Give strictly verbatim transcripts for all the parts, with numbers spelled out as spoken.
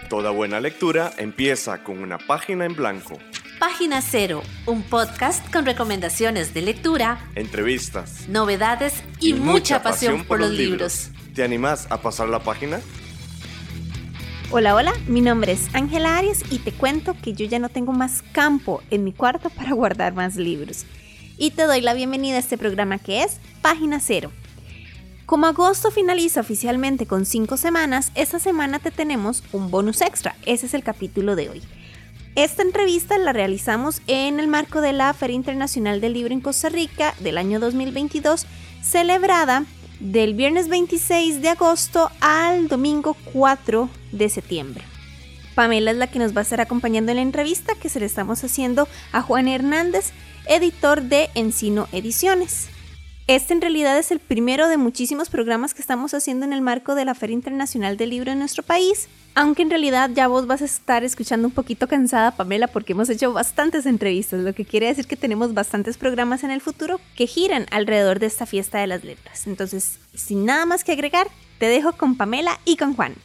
Toda buena lectura empieza con una página en blanco. Página Cero, un podcast con recomendaciones de lectura, entrevistas, novedades y, y mucha, mucha pasión, pasión por los libros. libros. ¿Te animás a pasar la página? Hola, hola, mi nombre es Ángela Arias y te cuento que yo ya no tengo más campo en mi cuarto para guardar más libros. Y te doy la bienvenida a este programa que es Página Cero. Como agosto finaliza oficialmente con cinco semanas, esta semana te tenemos un bonus extra. Ese es el capítulo de hoy. Esta entrevista la realizamos en el marco de la Feria Internacional del Libro en Costa Rica del año dos mil veintidós, celebrada del viernes veintiséis de agosto al domingo cuatro de septiembre. Pamela es la que nos va a estar acompañando en la entrevista que se le estamos haciendo a Juan Hernández, editor de Encino Ediciones. Este en realidad es el primero de muchísimos programas que estamos haciendo en el marco de la Feria Internacional del Libro en nuestro país, aunque en realidad ya vos vas a estar escuchando un poquito cansada, Pamela, porque hemos hecho bastantes entrevistas, lo que quiere decir que tenemos bastantes programas en el futuro que giran alrededor de esta fiesta de las letras. Entonces, sin nada más que agregar, te dejo con Pamela y con Juan.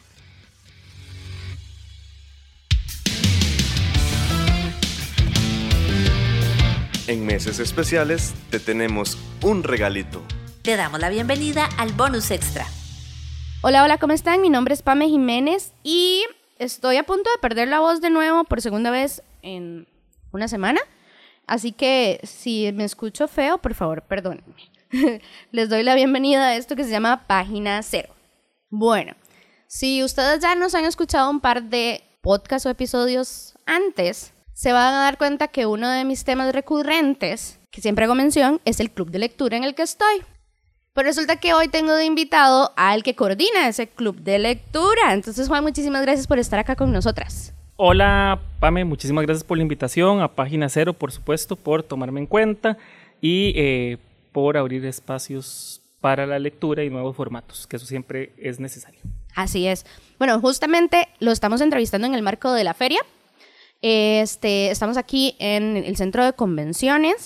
En meses especiales te tenemos un regalito. Te damos la bienvenida al bonus extra. Hola, hola, ¿cómo están? Mi nombre es Pame Jiménez y estoy a punto de perder la voz de nuevo por segunda vez en una semana. Así que si me escucho feo, por favor, perdónenme. Les doy la bienvenida a esto que se llama Página Cero. Bueno, si ustedes ya nos han escuchado un par de podcasts o episodios antes, se van a dar cuenta que uno de mis temas recurrentes, que siempre hago mención, es el club de lectura en el que estoy. Pero resulta que hoy tengo de invitado al que coordina ese club de lectura. Entonces, Juan, muchísimas gracias por estar acá con nosotras. Hola, Pame, muchísimas gracias por la invitación a Página Cero, por supuesto, por tomarme en cuenta y eh, por abrir espacios para la lectura y nuevos formatos, que eso siempre es necesario. Así es. Bueno, justamente lo estamos entrevistando en el marco de la feria. Este, estamos aquí en el centro de convenciones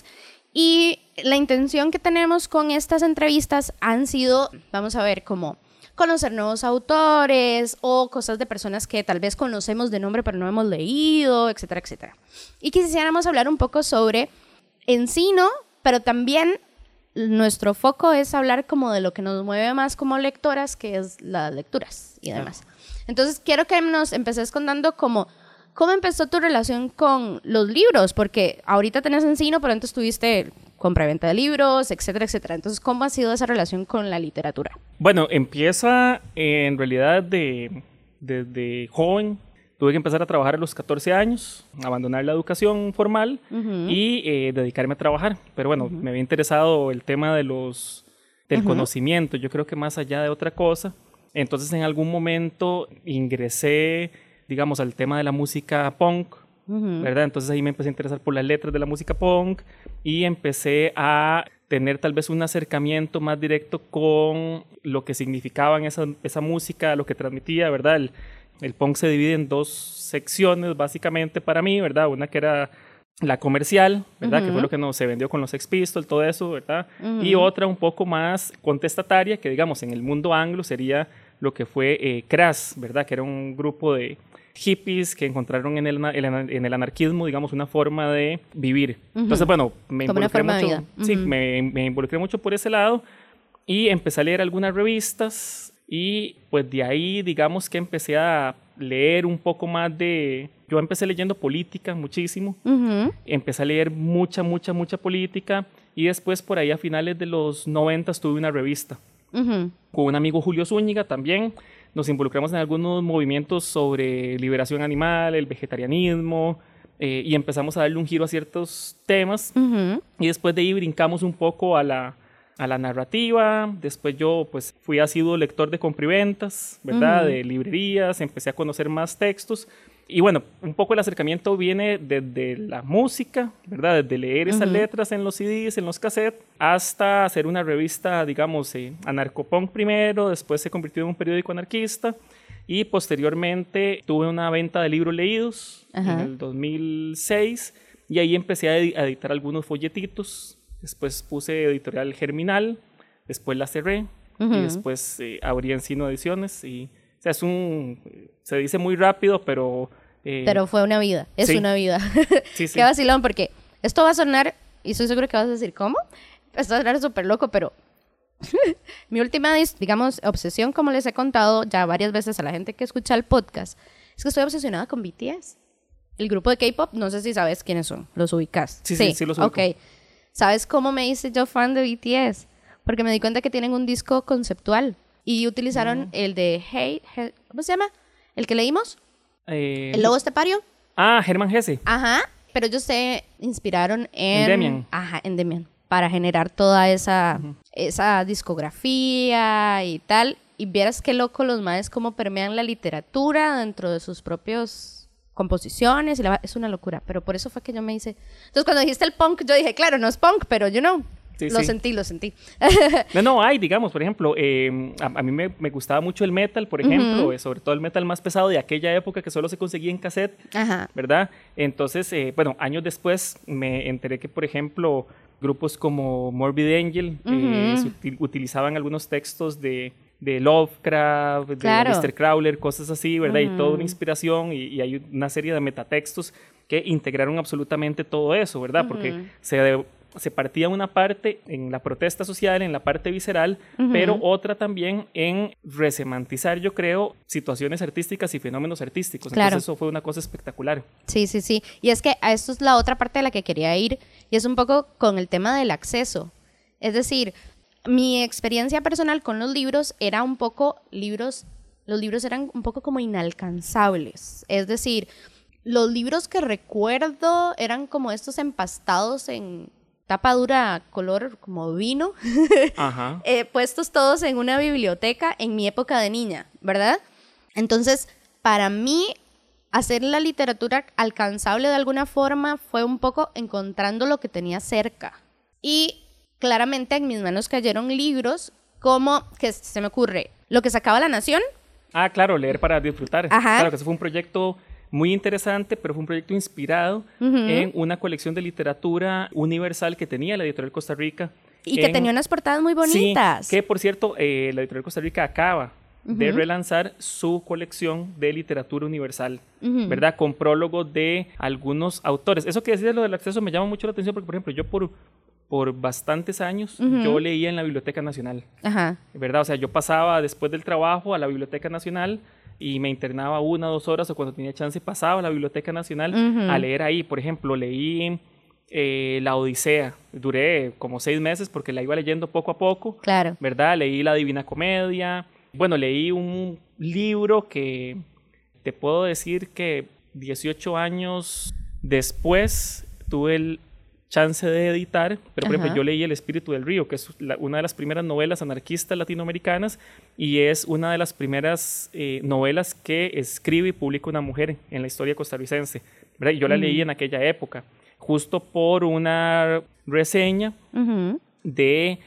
y la intención que tenemos con estas entrevistas han sido, vamos a ver, como conocer nuevos autores o cosas de personas que tal vez conocemos de nombre pero no hemos leído, etcétera, etcétera. Y quisiéramos hablar un poco sobre Encino, pero también nuestro foco es hablar como de lo que nos mueve más como lectoras, que es las lecturas y demás. Entonces quiero que nos empeces contando como ¿cómo empezó tu relación con los libros? Porque ahorita tenés Encino, pero antes tuviste compra-venta de libros, etcétera, etcétera. Entonces, ¿cómo ha sido esa relación con la literatura? Bueno, empieza eh, en realidad de, desde joven. Tuve que empezar a trabajar a los catorce años, abandonar la educación formal uh-huh. y eh, dedicarme a trabajar. Pero bueno, uh-huh. me había interesado el tema de los, del uh-huh. conocimiento, yo creo que más allá de otra cosa. Entonces, en algún momento ingresé, digamos, al tema de la música punk, uh-huh. ¿verdad? Entonces ahí me empecé a interesar por las letras de la música punk y empecé a tener tal vez un acercamiento más directo con lo que significaban esa, esa música, lo que transmitía, ¿verdad? El, el punk se divide en dos secciones básicamente para mí, ¿verdad? Una que era la comercial, ¿verdad? Uh-huh. Que fue lo que nos se vendió con los Sex Pistols, todo eso, ¿verdad? Uh-huh. Y otra un poco más contestataria, que digamos en el mundo anglo sería lo que fue eh, Crass, ¿verdad? Que era un grupo de hippies que encontraron en el, en el anarquismo, digamos, una forma de vivir. Uh-huh. Entonces, bueno, me involucré mucho, uh-huh. sí, me, me involucré mucho por ese lado y empecé a leer algunas revistas y pues de ahí, digamos que empecé a leer un poco más de... Yo empecé leyendo política muchísimo, uh-huh. empecé a leer mucha, mucha, mucha política y después por ahí a finales de los noventas tuve una revista. Uh-huh. Con un amigo Julio Zúñiga también nos involucramos en algunos movimientos sobre liberación animal, el vegetarianismo eh, y empezamos a darle un giro a ciertos temas uh-huh. y después de ahí brincamos un poco a la, a la narrativa. Después yo pues fui asiduo lector de compriventas, ¿verdad? Uh-huh. De librerías, empecé a conocer más textos. Y bueno, un poco el acercamiento viene desde la música, ¿verdad? Desde leer esas uh-huh. letras en los C Ds, en los cassettes, hasta hacer una revista, digamos, eh, anarcopunk primero, después se convirtió en un periódico anarquista y posteriormente tuve una venta de libros leídos uh-huh. en el dos mil seis y ahí empecé a, ed- a editar algunos folletitos. Después puse editorial Germinal, después la cerré uh-huh. y después eh, abrí Encino Ediciones y sea, es un, se dice muy rápido, pero... Eh, pero fue una vida, es sí. una vida. Sí, sí. Qué vacilón, porque esto va a sonar, y estoy seguro que vas a decir, ¿cómo? Esto va a sonar súper loco, pero... mi última, digamos, obsesión, como les he contado ya varias veces a la gente que escucha el podcast, es que estoy obsesionada con B T S. El grupo de K-pop, no sé si sabes quiénes son, ¿los ubicas? Sí, sí, sí, sí los ubico. Ok. ¿Sabes cómo me hice yo fan de B T S? Porque me di cuenta que tienen un disco conceptual y utilizaron mm. el de Hey, Hey, ¿cómo se llama? ¿El que leímos? Eh, ¿El lobo estepario? Ah, Germán Hesse. Ajá, pero ellos se inspiraron en... En Demian. Ajá, en Demian, para generar toda esa, uh-huh. esa discografía y tal. Y vieras qué loco los maes cómo permean la literatura dentro de sus propios composiciones. Y la, es una locura, pero por eso fue que yo me hice... Entonces cuando dijiste el punk, yo dije, claro, no es punk, pero you know... Sí, lo sí. sentí, lo sentí. No, no, hay, digamos, por ejemplo, eh, a, a mí me, me gustaba mucho el metal, por ejemplo, uh-huh. eh, sobre todo el metal más pesado de aquella época que solo se conseguía en cassette, Ajá. ¿verdad? Entonces, eh, bueno, años después me enteré que, por ejemplo, grupos como Morbid Angel uh-huh. eh, util, utilizaban algunos textos de, de Lovecraft, claro. de míster Crowler, cosas así, ¿verdad? Uh-huh. Y toda una inspiración y, y hay una serie de metatextos que integraron absolutamente todo eso, ¿verdad? Uh-huh. Porque se... De, se partía una parte en la protesta social, en la parte visceral, uh-huh. pero otra también en resemantizar, yo creo, situaciones artísticas y fenómenos artísticos. Claro. Entonces eso fue una cosa espectacular. Sí, sí, sí. Y es que a esto es la otra parte de la que quería ir, y es un poco con el tema del acceso. Es decir, mi experiencia personal con los libros era un poco, libros, los libros eran un poco como inalcanzables. Es decir, los libros que recuerdo eran como estos empastados en... tapa dura color como vino, Ajá. eh, puestos todos en una biblioteca en mi época de niña, ¿verdad? Entonces, para mí, hacer la literatura alcanzable de alguna forma fue un poco encontrando lo que tenía cerca. Y claramente en mis manos cayeron libros como, que se me ocurre, Lo que sacaba La Nación. Ah, claro, leer para disfrutar. Ajá. Claro, que eso fue un proyecto... muy interesante, pero fue un proyecto inspirado uh-huh. en una colección de literatura universal que tenía la Editorial Costa Rica. Y en, que tenía unas portadas muy bonitas. Sí, que por cierto, eh, la Editorial Costa Rica acaba uh-huh. de relanzar su colección de literatura universal, uh-huh. ¿verdad? Con prólogos de algunos autores. Eso que decías, lo del acceso, me llama mucho la atención porque, por ejemplo, yo por... por bastantes años, uh-huh. yo leía en la Biblioteca Nacional, uh-huh. ¿verdad? O sea, yo pasaba después del trabajo a la Biblioteca Nacional y me internaba una o dos horas o cuando tenía chance pasaba a la Biblioteca Nacional uh-huh. a leer ahí. Por ejemplo, leí eh, La Odisea, duré como seis meses porque la iba leyendo poco a poco, claro. ¿verdad? Leí La Divina Comedia, bueno, leí un libro que te puedo decir que dieciocho años después tuve el chance de editar, pero por Ajá. ejemplo yo leí El Espíritu del Río, que es la, una de las primeras novelas anarquistas latinoamericanas y es una de las primeras eh, novelas que escribe y publica una mujer en la historia costarricense, ¿verdad? Y yo la uh-huh. leí en aquella época, justo por una reseña uh-huh. de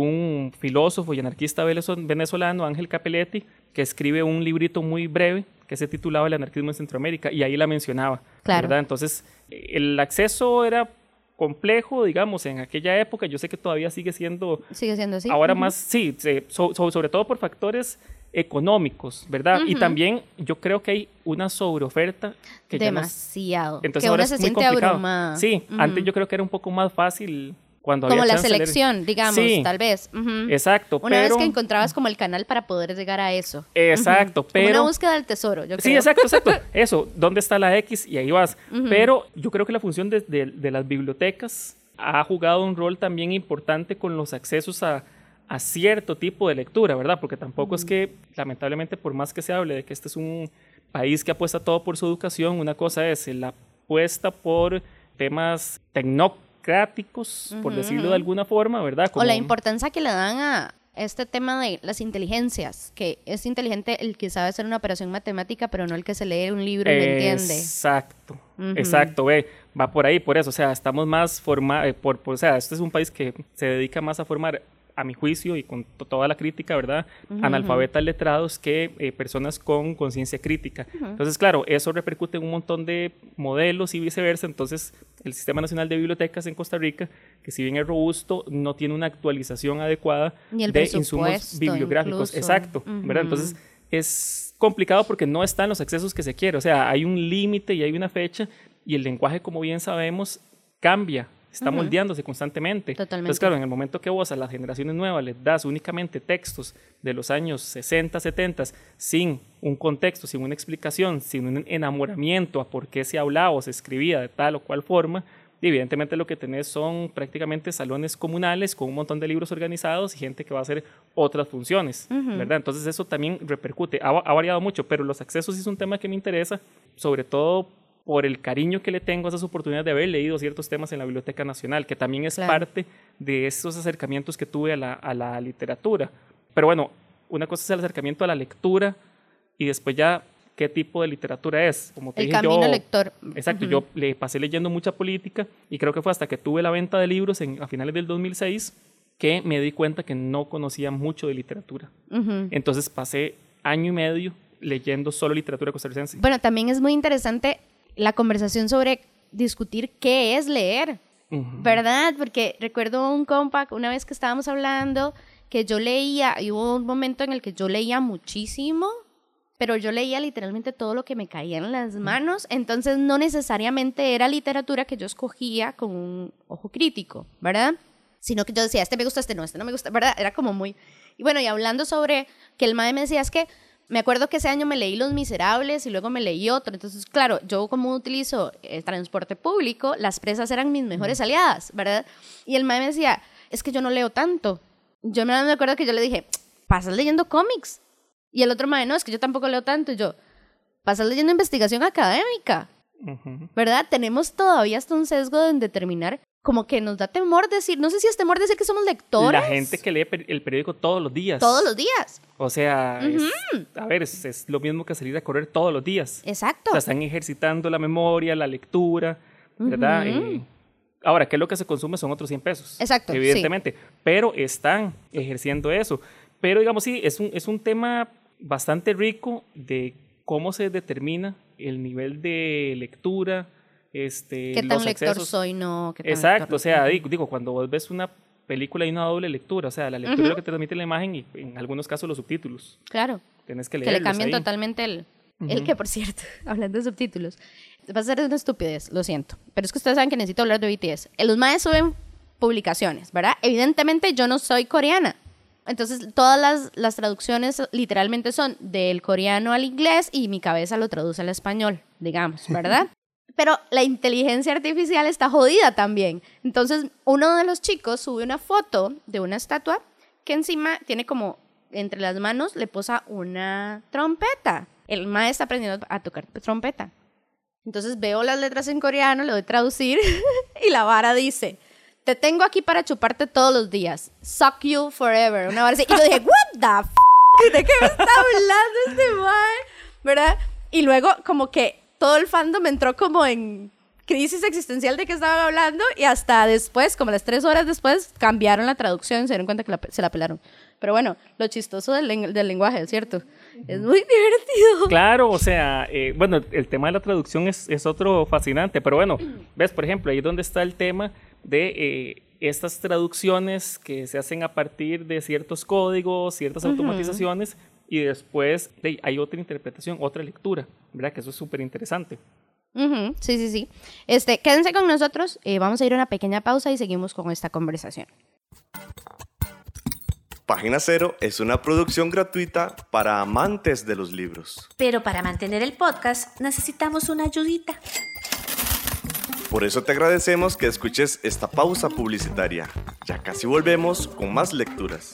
un filósofo y anarquista venezolano, Ángel Capelletti, que escribe un librito muy breve que se titulaba El anarquismo en Centroamérica y ahí la mencionaba, claro. ¿verdad? Entonces el acceso era complejo, digamos, en aquella época. Yo sé que todavía sigue siendo... Sigue siendo así. Ahora uh-huh. más, sí, so, so, sobre todo por factores económicos, ¿verdad? Uh-huh. Y también yo creo que hay una sobreoferta. Que demasiado. Ya no, entonces que ahora uno se es muy siente complicado. Abrumada. Sí, uh-huh. antes yo creo que era un poco más fácil... Cuando como había la selección, digamos, sí, tal vez. Uh-huh. Exacto. Una pero, vez que encontrabas como el canal para poder llegar a eso. Exacto, uh-huh. pero... Como una búsqueda del tesoro, yo creo. Sí, exacto, exacto. Eso, ¿dónde está la X? Y ahí vas. Uh-huh. Pero yo creo que la función de, de, de las bibliotecas ha jugado un rol también importante con los accesos a, a cierto tipo de lectura, ¿verdad? Porque tampoco uh-huh. es que, lamentablemente, por más que se hable de que este es un país que apuesta todo por su educación, una cosa es la apuesta por temas tecnológicos, cráticos, por uh-huh. decirlo de alguna forma, ¿verdad? Como... O la importancia que le dan a este tema de las inteligencias, que es inteligente el que sabe hacer una operación matemática, pero no el que se lee un libro y lo entiende. Exacto, uh-huh. exacto, ve, va por ahí, por eso, o sea, estamos más formados, eh, por, por, o sea, este es un país que se dedica más a formar, a mi juicio y con to- toda la crítica, ¿verdad? Uh-huh. Analfabetas letrados que eh, personas con conciencia crítica. Uh-huh. Entonces, claro, eso repercute en un montón de modelos y viceversa. Entonces, el Sistema Nacional de Bibliotecas en Costa Rica, que si bien es robusto, no tiene una actualización adecuada Ni el de insumos bibliográficos. Incluso. Exacto, uh-huh. ¿verdad? Entonces, es complicado porque no están los excesos que se quiere. O sea, hay un límite y hay una fecha y el lenguaje, como bien sabemos, cambia, está uh-huh. moldeándose constantemente. Totalmente. Entonces, claro, en el momento que vos a las generaciones nuevas les das únicamente textos de los años sesenta, setenta, sin un contexto, sin una explicación, sin un enamoramiento a por qué se hablaba o se escribía de tal o cual forma, y evidentemente lo que tenés son prácticamente salones comunales con un montón de libros organizados y gente que va a hacer otras funciones, uh-huh. ¿verdad? Entonces eso también repercute, ha, ha variado mucho, pero los accesos sí es un tema que me interesa, sobre todo por el cariño que le tengo a esas oportunidades de haber leído ciertos temas en la Biblioteca Nacional, que también es claro. parte de esos acercamientos que tuve a la, a la literatura. Pero bueno, una cosa es el acercamiento a la lectura y después ya qué tipo de literatura es. Como te el dije, camino yo, lector. Exacto, uh-huh. yo le pasé leyendo mucha política y creo que fue hasta que tuve la venta de libros en, a finales del dos mil seis que me di cuenta que no conocía mucho de literatura. Uh-huh. Entonces pasé año y medio leyendo solo literatura costarricense. Bueno, también es muy interesante la conversación sobre discutir qué es leer, uh-huh. ¿verdad? Porque recuerdo un compa, una vez que estábamos hablando, que yo leía, y hubo un momento en el que yo leía muchísimo, pero yo leía literalmente todo lo que me caía en las manos, entonces no necesariamente era literatura que yo escogía con un ojo crítico, ¿verdad? Sino que yo decía, este me gusta, este no, este no me gusta, ¿verdad? Era como muy... Y bueno, y hablando sobre que el mae me decía, es que me acuerdo que ese año me leí Los Miserables y luego me leí otro, entonces claro, yo como utilizo el transporte público, las presas eran mis mejores mm. aliadas, ¿verdad? Y el mae me decía, es que yo no leo tanto. Yo me acuerdo que yo le dije, pasas leyendo cómics. Y el otro mae, no, es que yo tampoco leo tanto. Y yo, pasas leyendo investigación académica, uh-huh. ¿verdad? Tenemos todavía hasta un sesgo en determinar, como que nos da temor decir, no sé si es temor decir que somos lectores. La gente que lee el periódico todos los días. Todos los días. O sea, uh-huh. es, a ver, es, es lo mismo que salir a correr todos los días. Exacto. O sea, están ejercitando la memoria, la lectura, ¿verdad? Uh-huh. Y ahora, ¿qué es lo que se consume? Son otros cien pesos. Exacto, evidentemente. Sí. Pero están ejerciendo eso. Pero, digamos, sí, es un, es un tema bastante rico de cómo se determina el nivel de lectura, este, ¿qué tan los lector accesos. soy? No, ¿qué tan Exacto, lector? O sea, digo, digo, cuando vos ves una película hay una doble lectura, o sea, la lectura uh-huh. es lo que te transmite la imagen y en algunos casos los subtítulos. Claro. Tienes que leerlos. Que le cambien ahí. totalmente el... Uh-huh. El que, por cierto, hablando de subtítulos, va a ser una estupidez, lo siento, pero es que ustedes saben que necesito hablar de B T S. Los maes suben publicaciones, ¿verdad? Evidentemente yo no soy coreana. Entonces, todas las, las traducciones literalmente son del coreano al inglés y mi cabeza lo traduce al español, digamos, ¿verdad? Pero la inteligencia artificial está jodida también. Entonces, uno de los chicos sube una foto de una estatua que encima tiene como, entre las manos, le posa una trompeta. El mae está aprendiendo a tocar trompeta. Entonces, veo las letras en coreano, le doy a traducir y la vara dice... Te tengo aquí para chuparte todos los días. Suck you forever. Una vara así. Y yo dije, what the f***? ¿De qué me está hablando este mae? ¿Verdad? Y luego como que todo el fandom entró como en crisis existencial de qué estaban hablando y hasta después, como las tres horas después, cambiaron la traducción y se dieron cuenta que la, se la pelaron. Pero bueno, lo chistoso del, del lenguaje, ¿cierto? Es muy divertido. Claro, o sea, eh, bueno, el tema de la traducción es, es otro fascinante, pero bueno, ves, por ejemplo, ahí es donde está el tema de eh, estas traducciones que se hacen a partir de ciertos códigos, ciertas uh-huh. automatizaciones, y después de, hay otra interpretación, otra lectura, ¿verdad? Que eso es súper interesante. Uh-huh. Sí, sí, sí. Este, quédense con nosotros, eh, vamos a ir a una pequeña pausa y seguimos con esta conversación. Página Cero es una producción gratuita para amantes de los libros. Pero para mantener el podcast necesitamos una ayudita. Por eso te agradecemos que escuches esta pausa publicitaria. Ya casi volvemos con más lecturas.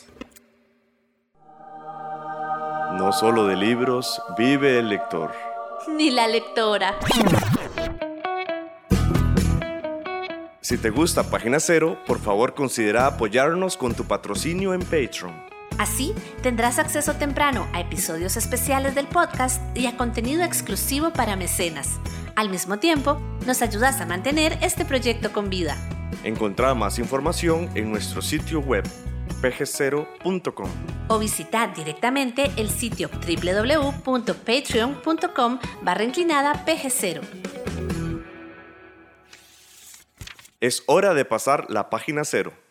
No solo de libros vive el lector. Ni la lectora. Si te gusta Página Cero, por favor considera apoyarnos con tu patrocinio en Patreon. Así tendrás acceso temprano a episodios especiales del podcast y a contenido exclusivo para mecenas. Al mismo tiempo, nos ayudas a mantener este proyecto con vida. Encontrá más información en nuestro sitio web p g cero punto com o visitar directamente el sitio w w w punto patreon punto com barra inclinada p g cero. Es hora de pasar la página cero.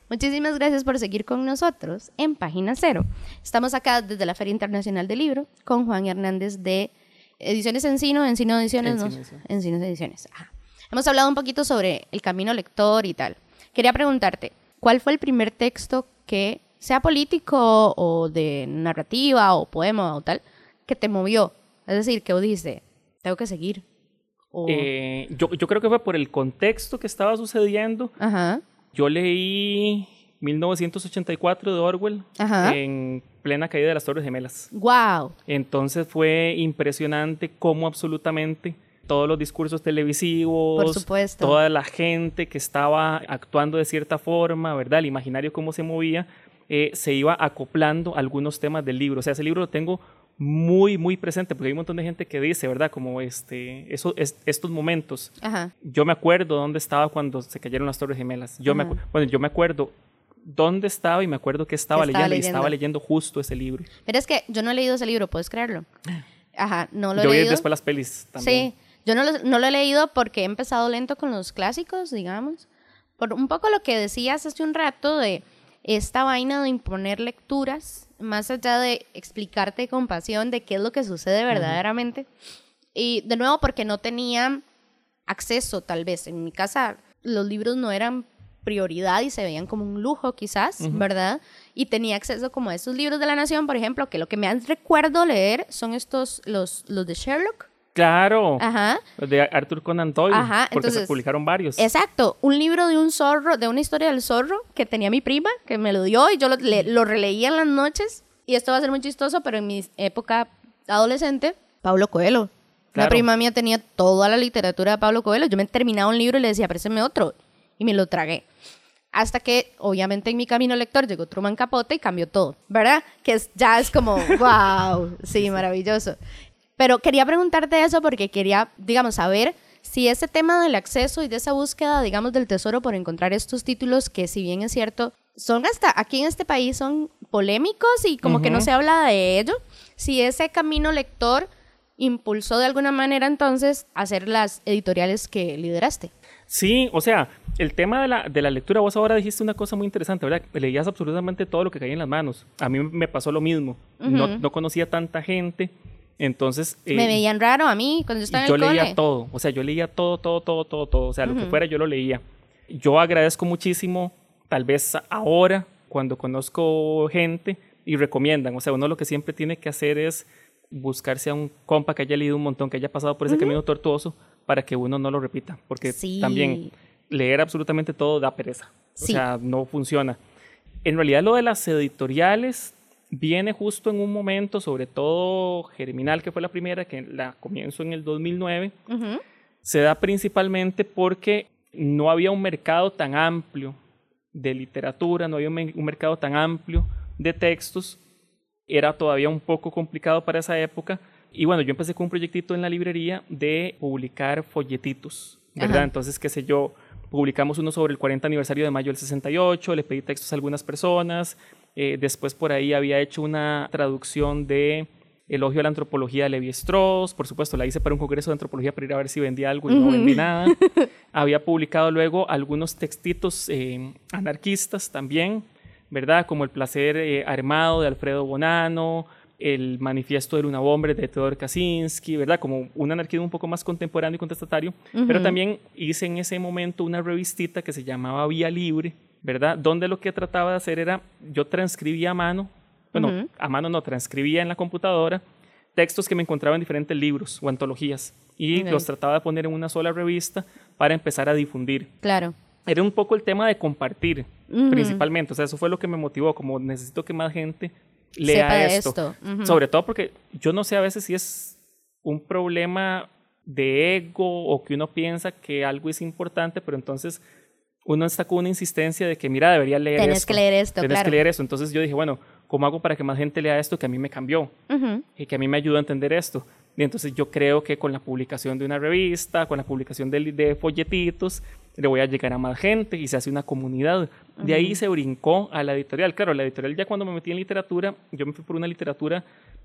Muchísimas gracias por seguir con nosotros en Página Cero. Estamos acá desde la Feria Internacional del Libro con Juan Hernández de Ediciones Encino, Encino Ediciones, Encino, ¿no? Encino. Encino Ediciones. Ajá. Hemos hablado un poquito sobre el camino lector y tal. Quería preguntarte, ¿cuál fue el primer texto que, sea político o de narrativa o poema o tal, que te movió? Es decir, que dijiste, tengo que seguir. O... Eh, yo, yo creo que fue por el contexto que estaba sucediendo. Ajá. Yo leí mil novecientos ochenta y cuatro de Orwell. Ajá. En plena caída de las Torres Gemelas. Wow. Entonces fue impresionante cómo absolutamente todos los discursos televisivos, por supuesto, toda la gente que estaba actuando de cierta forma, ¿verdad? El imaginario cómo se movía, eh, se iba acoplando a algunos temas del libro. O sea, ese libro lo tengo muy, muy presente, porque hay un montón de gente que dice, ¿verdad? Como este, eso, es, estos momentos. Ajá. Yo me acuerdo dónde estaba cuando se cayeron las Torres Gemelas. Yo, me, acu- bueno, yo me acuerdo dónde estaba y me acuerdo que estaba, estaba leyendo, leyendo y estaba leyendo justo ese libro. Pero es que yo no he leído ese libro, ¿puedes creerlo? Ajá, no lo he yo leído. Yo vi después las pelis también. Sí, yo no lo, no lo he leído porque he empezado lento con los clásicos, digamos. Por un poco lo que decías hace un rato de esta vaina de imponer lecturas, más allá de explicarte con pasión de qué es lo que sucede verdaderamente. Uh-huh. Y de nuevo, porque no tenía acceso, tal vez. En mi casa los libros no eran prioridad y se veían como un lujo quizás, uh-huh. ¿verdad? Y tenía acceso como a estos libros de la Nación, por ejemplo, que lo que me han recuerdo leer son estos, los, los de Sherlock. Claro, ajá. Los de Arthur Conan Doyle, ajá. porque Entonces, se publicaron varios. Exacto, un libro de un zorro, de una historia del zorro que tenía mi prima, que me lo dio y yo lo, le, lo releía en las noches. Y esto va a ser muy chistoso, pero en mi época adolescente, Pablo Coelho. Claro. Una prima mía tenía toda la literatura de Pablo Coelho. Yo me terminaba un libro y le decía, préstame otro. Y me lo tragué. Hasta que, obviamente, en mi camino lector llegó Truman Capote y cambió todo, ¿verdad? Que es, ya es como, wow, sí, maravilloso. Pero quería preguntarte eso porque quería, digamos, saber si ese tema del acceso y de esa búsqueda, digamos, del tesoro por encontrar estos títulos que, si bien es cierto, son hasta aquí en este país son polémicos y como uh-huh. que no se habla de ello, si ese camino lector impulsó de alguna manera entonces a hacer las editoriales que lideraste. Sí, o sea, el tema de la, de la lectura, vos ahora dijiste una cosa muy interesante, ¿verdad? Leías absolutamente todo lo que caía en las manos. A mí me pasó lo mismo. Uh-huh. No, no conocía tanta gente. Entonces... Eh, me veían raro a mí cuando yo estaba en yo el cole. Yo leía todo, o sea, yo leía todo, todo, todo, todo, todo, o sea, uh-huh. lo que fuera yo lo leía. Yo agradezco muchísimo, tal vez ahora, cuando conozco gente y recomiendan, o sea, uno lo que siempre tiene que hacer es buscarse a un compa que haya leído un montón, que haya pasado por ese uh-huh. camino tortuoso, para que uno no lo repita, porque sí. también leer absolutamente todo da pereza, sí. o sea, no funciona. En realidad lo de las editoriales viene justo en un momento, sobre todo Germinal, que fue la primera, que la comienzo en el dos mil nueve, uh-huh. se da principalmente porque no había un mercado tan amplio de literatura, no había un, un mercado tan amplio de textos, era todavía un poco complicado para esa época, y bueno, yo empecé con un proyectito en la librería de publicar folletitos, ¿verdad? Ajá. Entonces, qué sé yo, publicamos uno sobre el cuarenta aniversario de mayo del sesenta y ocho, le pedí textos a algunas personas. Eh, después por ahí había hecho una traducción de Elogio a la Antropología de Levi-Strauss, por supuesto la hice para un congreso de antropología para ir a ver si vendía algo y uh-huh. no vendí nada. Había publicado luego algunos textitos eh, anarquistas también, ¿verdad? Como El placer eh, armado de Alfredo Bonanno, El manifiesto de Luna Bomber de Theodor Kaczynski, ¿verdad? Como un anarquismo un poco más contemporáneo y contestatario, uh-huh. pero también hice en ese momento una revistita que se llamaba Vía Libre, ¿verdad? Donde lo que trataba de hacer era, yo transcribía a mano, bueno, uh-huh. a mano no, transcribía en la computadora textos que me encontraba en diferentes libros o antologías y okay. los trataba de poner en una sola revista para empezar a difundir. Claro. Era un poco el tema de compartir, uh-huh. principalmente, o sea, eso fue lo que me motivó, como necesito que más gente lea Sepa esto, esto. Uh-huh. sobre todo porque yo no sé a veces si es un problema de ego o que uno piensa que algo es importante, pero entonces uno está con una insistencia de que, mira, debería leer Tienes esto. que leer esto, Tienes claro. que leer esto. Entonces yo dije, bueno, ¿cómo hago para que más gente lea esto que a mí me cambió? Uh-huh. Y que a mí me ayuda a entender esto. Y entonces yo creo que con la publicación de una revista, con la publicación de, de folletitos, le voy a llegar a más gente y se hace una comunidad. Uh-huh. De ahí se brincó a la editorial. Claro, la editorial ya cuando me metí en literatura, yo me fui por una literatura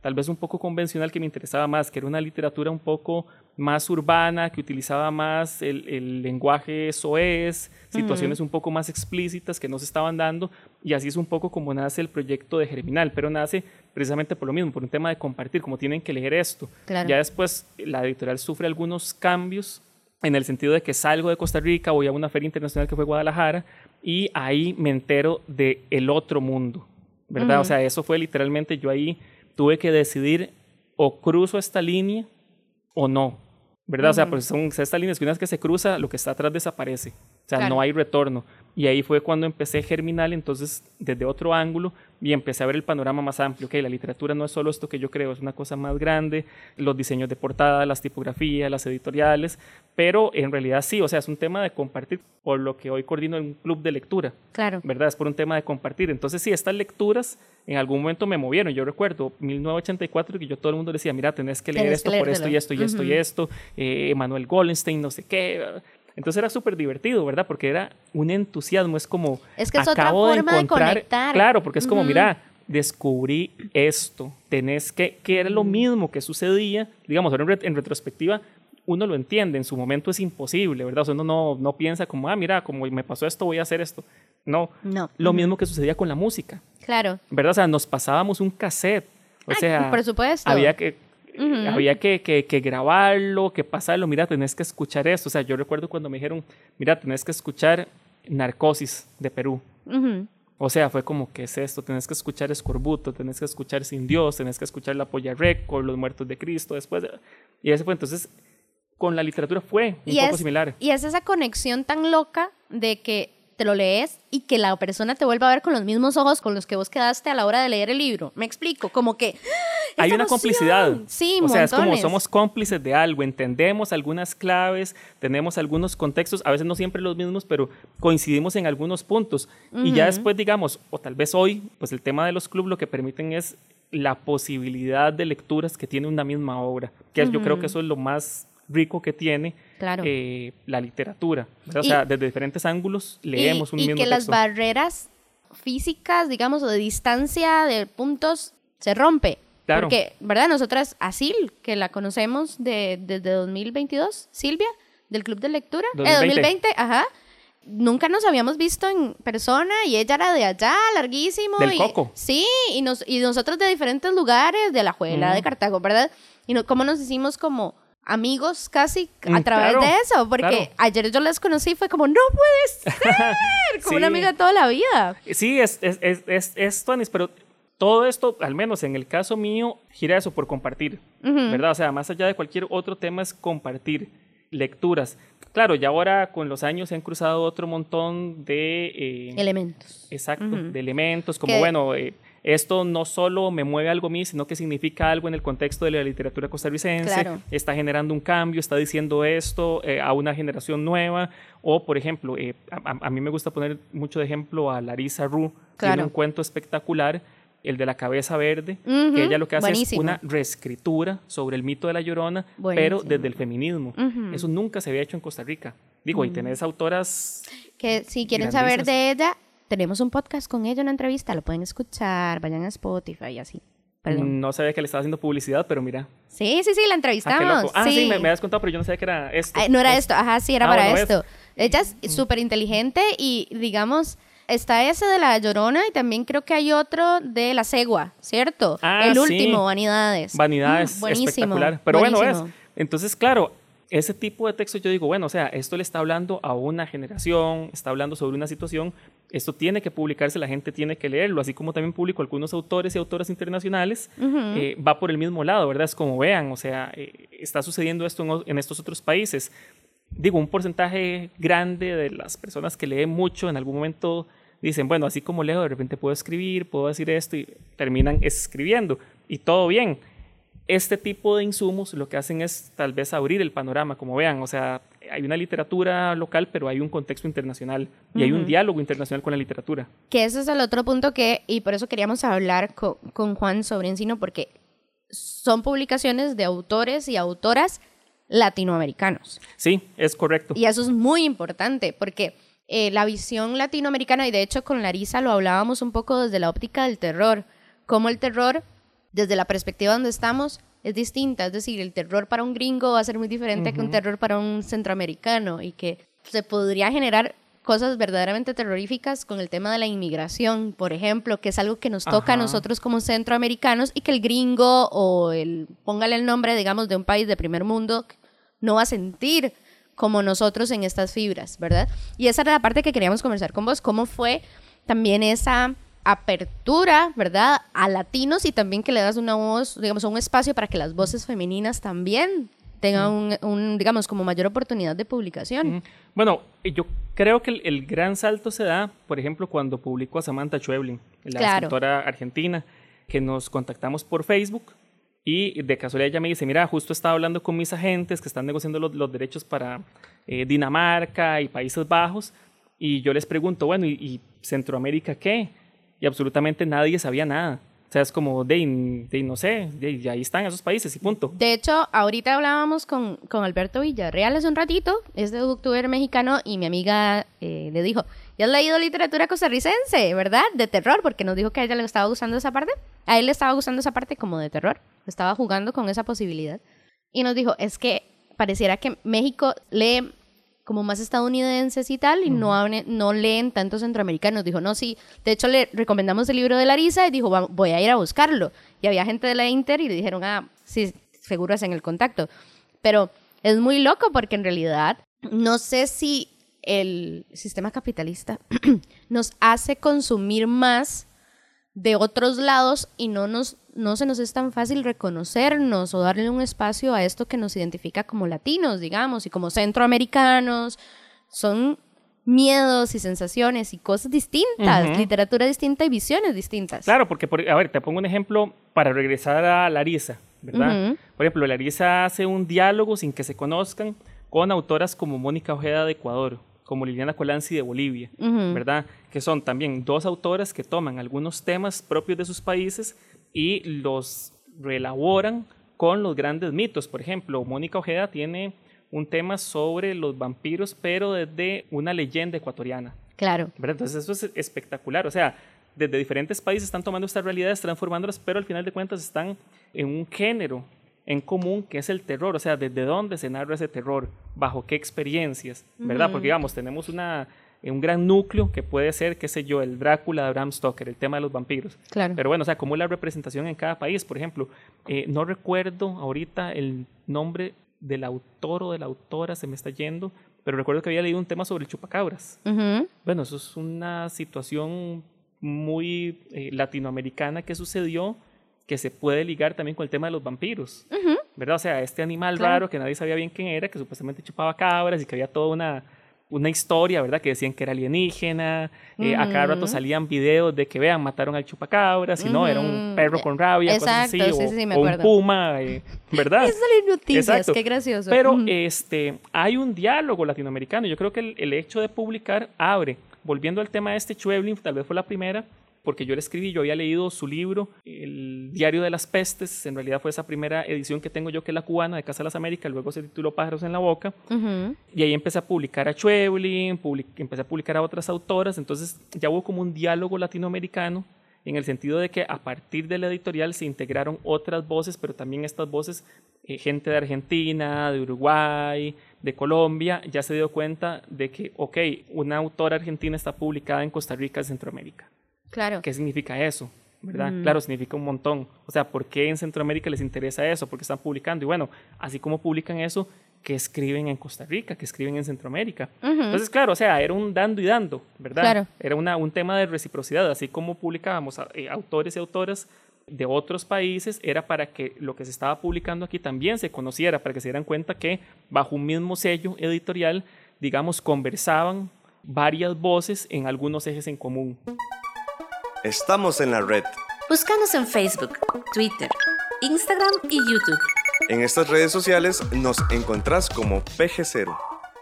tal vez un poco convencional que me interesaba más, que era una literatura un poco más urbana, que utilizaba más el, el lenguaje soez, situaciones uh-huh. un poco más explícitas que no se estaban dando, y así es un poco como nace el proyecto de Germinal, pero nace precisamente por lo mismo, por un tema de compartir, como tienen que leer esto. Claro. Ya después la editorial sufre algunos cambios en el sentido de que salgo de Costa Rica, voy a una feria internacional que fue Guadalajara, y ahí me entero de el otro mundo, ¿verdad? Uh-huh. O sea, eso fue literalmente, yo ahí tuve que decidir o cruzo esta línea o no, ¿verdad? Uh-huh. O sea, pues son estas líneas que una vez que se cruza, lo que está atrás desaparece. O sea, claro. no hay retorno. Y ahí fue cuando empecé Germinal, entonces, desde otro ángulo, y empecé a ver el panorama más amplio. Ok, la literatura no es solo esto que yo creo, es una cosa más grande, los diseños de portada, las tipografías, las editoriales, pero en realidad sí, o sea, es un tema de compartir, por lo que hoy coordino un club de lectura. Claro. ¿Verdad? Es por un tema de compartir. Entonces, sí, estas lecturas en algún momento me movieron. Yo recuerdo mil novecientos ochenta y cuatro que yo todo el mundo decía, mira, tenés que leer tenés esto que por esto y esto y uh-huh. esto y esto, eh, Emanuel Goldstein, no sé qué. Entonces era súper divertido, ¿verdad? Porque era un entusiasmo, es como... Es que es otra forma de, de conectar. Claro, porque es como, uh-huh. mira, descubrí esto, tenés que... Que era lo mismo que sucedía, digamos, ahora en, ret- en retrospectiva, uno lo entiende, en su momento es imposible, ¿verdad? O sea, uno no, no piensa como, ah, mira, como me pasó esto, voy a hacer esto. No, no. Lo uh-huh. mismo que sucedía con la música. Claro. ¿Verdad? O sea, nos pasábamos un cassette, o Ay, sea... por supuesto. Había que... Uh-huh. Había que, que, que grabarlo, que pasarlo, mira, tenés que escuchar esto. O sea, yo recuerdo cuando me dijeron, mira, tenés que escuchar Narcosis de Perú. Uh-huh. O sea, fue como, ¿qué es esto? Tenés que escuchar Escorbuto, tenés que escuchar Sin Dios, tenés que escuchar La Polla Record, Los Muertos de Cristo, después. De... Y ese fue, entonces, con la literatura fue un y poco es, similar. Y es esa conexión tan loca de que te lo lees y que la persona te vuelva a ver con los mismos ojos con los que vos quedaste a la hora de leer el libro. Me explico, como que... Hay una emoción. Complicidad. Sí, o montones. sea, es como somos cómplices de algo, entendemos algunas claves, tenemos algunos contextos, a veces no siempre los mismos, pero coincidimos en algunos puntos. Uh-huh. Y ya después, digamos, o tal vez hoy, pues el tema de los clubes lo que permiten es la posibilidad de lecturas que tiene una misma obra, que uh-huh. yo creo que eso es lo más rico que tiene claro. eh, la literatura, ¿verdad? O sea, desde diferentes ángulos leemos y, un y mismo texto. Y que las barreras físicas, digamos, o de distancia, de puntos, se rompe. Claro. Porque, ¿verdad? Nosotras, a Sil, que la conocemos de, desde dos mil veintidós, Silvia, del Club de Lectura, dos mil veinte, eh, dos mil veinte ajá, nunca nos habíamos visto en persona y ella era de allá, larguísimo. Del y, Coco. Sí, y, nos, y nosotros de diferentes lugares, de Alajuela, mm. de Cartago, ¿verdad? Y no, cómo nos hicimos como... amigos casi a mm, través claro, de eso, porque claro. ayer yo les conocí y fue como, no puede ser, como sí. una amiga toda la vida. Sí, es, es, es, es, es Tonis, pero todo esto, al menos en el caso mío, gira eso por compartir, uh-huh. ¿verdad? O sea, más allá de cualquier otro tema es compartir lecturas. Claro, ya ahora con los años se han cruzado otro montón de... Eh, elementos. Exacto, uh-huh. de elementos, como ¿Qué? bueno... Eh, esto no solo me mueve algo a mí, sino que significa algo en el contexto de la literatura costarricense, claro. está generando un cambio, está diciendo esto eh, a una generación nueva, o por ejemplo, eh, a, a mí me gusta poner mucho de ejemplo a Larisa Ru, claro. tiene un cuento espectacular, el de la cabeza verde, uh-huh. que ella lo que hace Buenísimo. es una reescritura sobre el mito de la Llorona, Buenísimo. pero desde el feminismo. Uh-huh. Eso nunca se había hecho en Costa Rica. Digo, uh-huh. y tenés autoras... Que si quieren saber de ella... Tenemos un podcast con ella, una entrevista, lo pueden escuchar, vayan a Spotify y así. Perdón. No sabía que le estaba haciendo publicidad, pero mira. Sí, sí, sí, la entrevistamos. Ah, sí, sí me, me habías contado, pero yo no sabía que era esto. Ay, no era esto, ajá, sí, era ah, para bueno, esto. Es. Ella es súper inteligente y, digamos, está ese de la Llorona y también creo que hay otro de la Cegua, ¿cierto? Ah, El sí. último, Vanidades. Vanidades, mm, buenísimo, espectacular. Pero buenísimo. bueno, es. Entonces, claro, ese tipo de texto yo digo, bueno, o sea, esto le está hablando a una generación, está hablando sobre una situación, esto tiene que publicarse, la gente tiene que leerlo, así como también publico algunos autores y autoras internacionales, uh-huh. eh, va por el mismo lado, ¿verdad? Es como vean, o sea, eh, está sucediendo esto en, en estos otros países. Digo, un porcentaje grande de las personas que leen mucho en algún momento dicen, bueno, así como leo, de repente puedo escribir, puedo decir esto y terminan escribiendo y todo bien. Este tipo de insumos lo que hacen es tal vez abrir el panorama, como vean, o sea, hay una literatura local, pero hay un contexto internacional y uh-huh. hay un diálogo internacional con la literatura. Que ese es el otro punto que, y por eso queríamos hablar con, con Juan sobre Encino, porque son publicaciones de autores y autoras latinoamericanos. Sí, es correcto. Y eso es muy importante, porque eh, la visión latinoamericana, y de hecho con Larisa lo hablábamos un poco desde la óptica del terror, cómo el terror desde la perspectiva donde estamos es distinta. Es decir, el terror para un gringo va a ser muy diferente uh-huh. que un terror para un centroamericano, y que se podría generar cosas verdaderamente terroríficas con el tema de la inmigración, por ejemplo, que es algo que nos toca Ajá. a nosotros como centroamericanos, y que el gringo o el, póngale el nombre, digamos, de un país de primer mundo, no va a sentir como nosotros en estas fibras, ¿verdad? Y esa era la parte que queríamos conversar con vos, cómo fue también esa apertura, ¿verdad?, a latinos, y también que le das una voz, digamos, un espacio para que las voces femeninas también tengan un, un, digamos, como mayor oportunidad de publicación. Bueno, yo creo que el, el gran salto se da, por ejemplo, cuando publicó a Samantha Schweblin, la claro. escritora argentina, que nos contactamos por Facebook, y de casualidad ella me dice, mira, justo estaba hablando con mis agentes que están negociando los, los derechos para eh, Dinamarca y Países Bajos, y yo les pregunto, bueno, ¿y, y Centroamérica qué? Y absolutamente nadie sabía nada. O sea, es como, de, de no sé, de, ahí están esos países y punto. De hecho, ahorita hablábamos con, con Alberto Villarreal hace un ratito, es de youtuber mexicano, y mi amiga eh, le dijo, ¿ya has leído literatura costarricense, verdad? De terror, porque nos dijo que a ella le estaba gustando esa parte. A él le estaba gustando esa parte como de terror. Estaba jugando con esa posibilidad. Y nos dijo, es que pareciera que México lee como más estadounidenses y tal, y uh-huh. no, hable, no leen tanto centroamericanos. Dijo, no, sí. De hecho, le recomendamos el libro de Larisa y dijo, voy a ir a buscarlo. Y había gente de la Inter y le dijeron, ah, sí, seguro hacen el contacto. Pero es muy loco porque en realidad no sé si el sistema capitalista nos hace consumir más de otros lados y no, nos, no se nos es tan fácil reconocernos o darle un espacio a esto que nos identifica como latinos, digamos, y como centroamericanos. Son miedos y sensaciones y cosas distintas, uh-huh. literatura distinta y visiones distintas. Claro, porque, por, a ver, te pongo un ejemplo para regresar a Larisa, ¿verdad? Uh-huh. Por ejemplo, Larisa hace un diálogo sin que se conozcan con autoras como Mónica Ojeda de Ecuador, como Liliana Colanzi de Bolivia, uh-huh. ¿verdad? Que son también dos autoras que toman algunos temas propios de sus países y los reelaboran con los grandes mitos. Por ejemplo, Mónica Ojeda tiene un tema sobre los vampiros, pero desde una leyenda ecuatoriana. Claro. ¿Verdad? Entonces eso es espectacular. O sea, desde diferentes países están tomando estas realidades, transformándolas, pero al final de cuentas están en un género en común, que es el terror. O sea, ¿desde dónde se narra ese terror? ¿Bajo qué experiencias? ¿Verdad? Uh-huh. Porque, digamos, tenemos una, un gran núcleo que puede ser, qué sé yo, el Drácula de Bram Stoker, el tema de los vampiros. Claro. Pero bueno, o sea, ¿cómo es la representación en cada país? Por ejemplo, eh, no recuerdo ahorita el nombre del autor o de la autora, se me está yendo, pero recuerdo que había leído un tema sobre el chupacabras. Uh-huh. Bueno, eso es una situación muy eh, latinoamericana que sucedió, que se puede ligar también con el tema de los vampiros, uh-huh. ¿verdad? O sea, este animal claro. raro que nadie sabía bien quién era, que supuestamente chupaba cabras y que había toda una, una historia, ¿verdad? Que decían que era alienígena, uh-huh. eh, a cada rato salían videos de que, vean, mataron al chupacabras, y uh-huh. no, era un perro con rabia, exacto, cosas así, sí, o, sí, me o un puma, eh, ¿verdad? Esas son las noticias, exacto. Qué gracioso. Pero uh-huh. este, hay un diálogo latinoamericano, yo creo que el, el hecho de publicar abre. Volviendo al tema de este Schweblin, tal vez fue la primera, porque yo le escribí, yo había leído su libro, El Diario de las Pestes, en realidad fue esa primera edición que tengo yo, que es la cubana, de Casa de las Américas, luego se tituló Pájaros en la Boca, uh-huh. y ahí empecé a publicar a Schweblin, public- empecé a publicar a otras autoras, entonces ya hubo como un diálogo latinoamericano, en el sentido de que a partir de la editorial se integraron otras voces, pero también estas voces, eh, gente de Argentina, de Uruguay, de Colombia, ya se dio cuenta de que, ok, una autora argentina está publicada en Costa Rica, Centroamérica. Claro. ¿Qué significa eso? ¿Verdad? Mm. Claro, significa un montón. O sea, ¿por qué en Centroamérica les interesa eso? ¿Por qué están publicando? Y bueno, así como publican eso, ¿qué escriben en Costa Rica? ¿Qué escriben en Centroamérica? Uh-huh. Entonces, claro, o sea, era un dando y dando, ¿verdad? Claro. Era una, un tema de reciprocidad. Así como publicábamos a, eh, autores y autoras de otros países, era para que lo que se estaba publicando aquí también se conociera, para que se dieran cuenta que bajo un mismo sello editorial, digamos, conversaban varias voces en algunos ejes en común. Estamos en la red. Búscanos en Facebook, Twitter, Instagram y YouTube. En estas redes sociales nos encontrás como P G cero.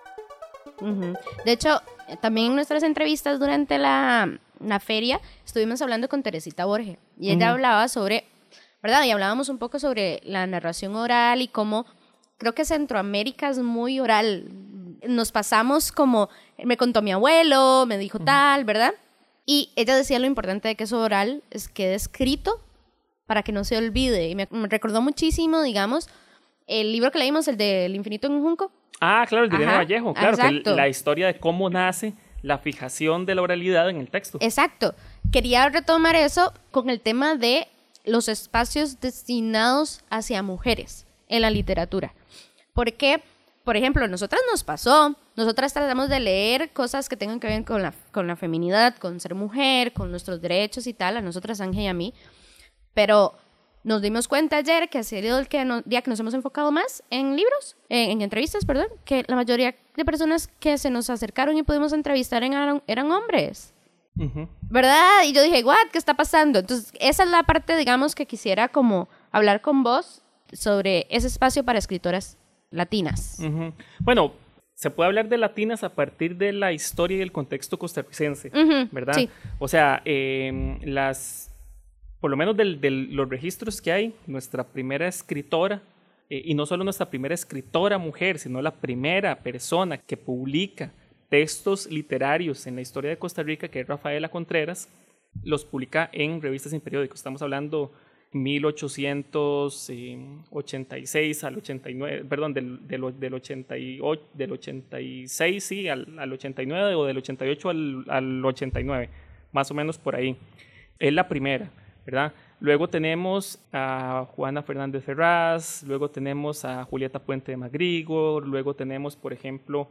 Uh-huh. De hecho, también en nuestras entrevistas durante la, la feria estuvimos hablando con Teresita Borges y ella uh-huh. hablaba sobre, ¿verdad? Y hablábamos un poco sobre la narración oral y cómo creo que Centroamérica es muy oral. Nos pasamos como, me contó mi abuelo, me dijo uh-huh. tal, ¿verdad? Y ella decía lo importante de que eso oral es quede escrito para que no se olvide. Y me, me recordó muchísimo, digamos, el libro que leímos, el de El infinito en un junco. Ah, claro, el de Irene Ajá, Vallejo, claro, exacto. que la historia de cómo nace la fijación de la oralidad en el texto. Exacto. Quería retomar eso con el tema de los espacios destinados hacia mujeres en la literatura. Porque, por ejemplo, a nosotras nos pasó, nosotras tratamos de leer cosas que tengan que ver con la, con la feminidad, con ser mujer, con nuestros derechos y tal, a nosotras, Ángel y a mí, pero nos dimos cuenta ayer que ha sido el que no, día que nos hemos enfocado más en libros, en, en entrevistas, perdón, que la mayoría de personas que se nos acercaron y pudimos entrevistar eran, eran hombres. Uh-huh. ¿Verdad? Y yo dije, ¿what? ¿Qué está pasando? Entonces, esa es la parte, digamos, que quisiera como hablar con vos sobre ese espacio para escritoras latinas. Uh-huh. Bueno, se puede hablar de latinas a partir de la historia y el contexto costarricense, uh-huh. ¿verdad? Sí. O sea, eh, las... por lo menos de los registros que hay, nuestra primera escritora, eh, y no solo nuestra primera escritora mujer, sino la primera persona que publica textos literarios en la historia de Costa Rica, que es Rafaela Contreras, los publica en revistas y en periódicos. Estamos hablando mil ochocientos ochenta y seis al ochenta y nueve, perdón, del, del, del, ochenta y ocho, del ochenta y seis sí, al, al ochenta y nueve, o del ochenta y ocho al, al ochenta y nueve, más o menos por ahí. Es la primera, ¿verdad? Luego tenemos a Juana Fernández Ferraz, luego tenemos a Julieta Puente de Magrigo, luego tenemos, por ejemplo,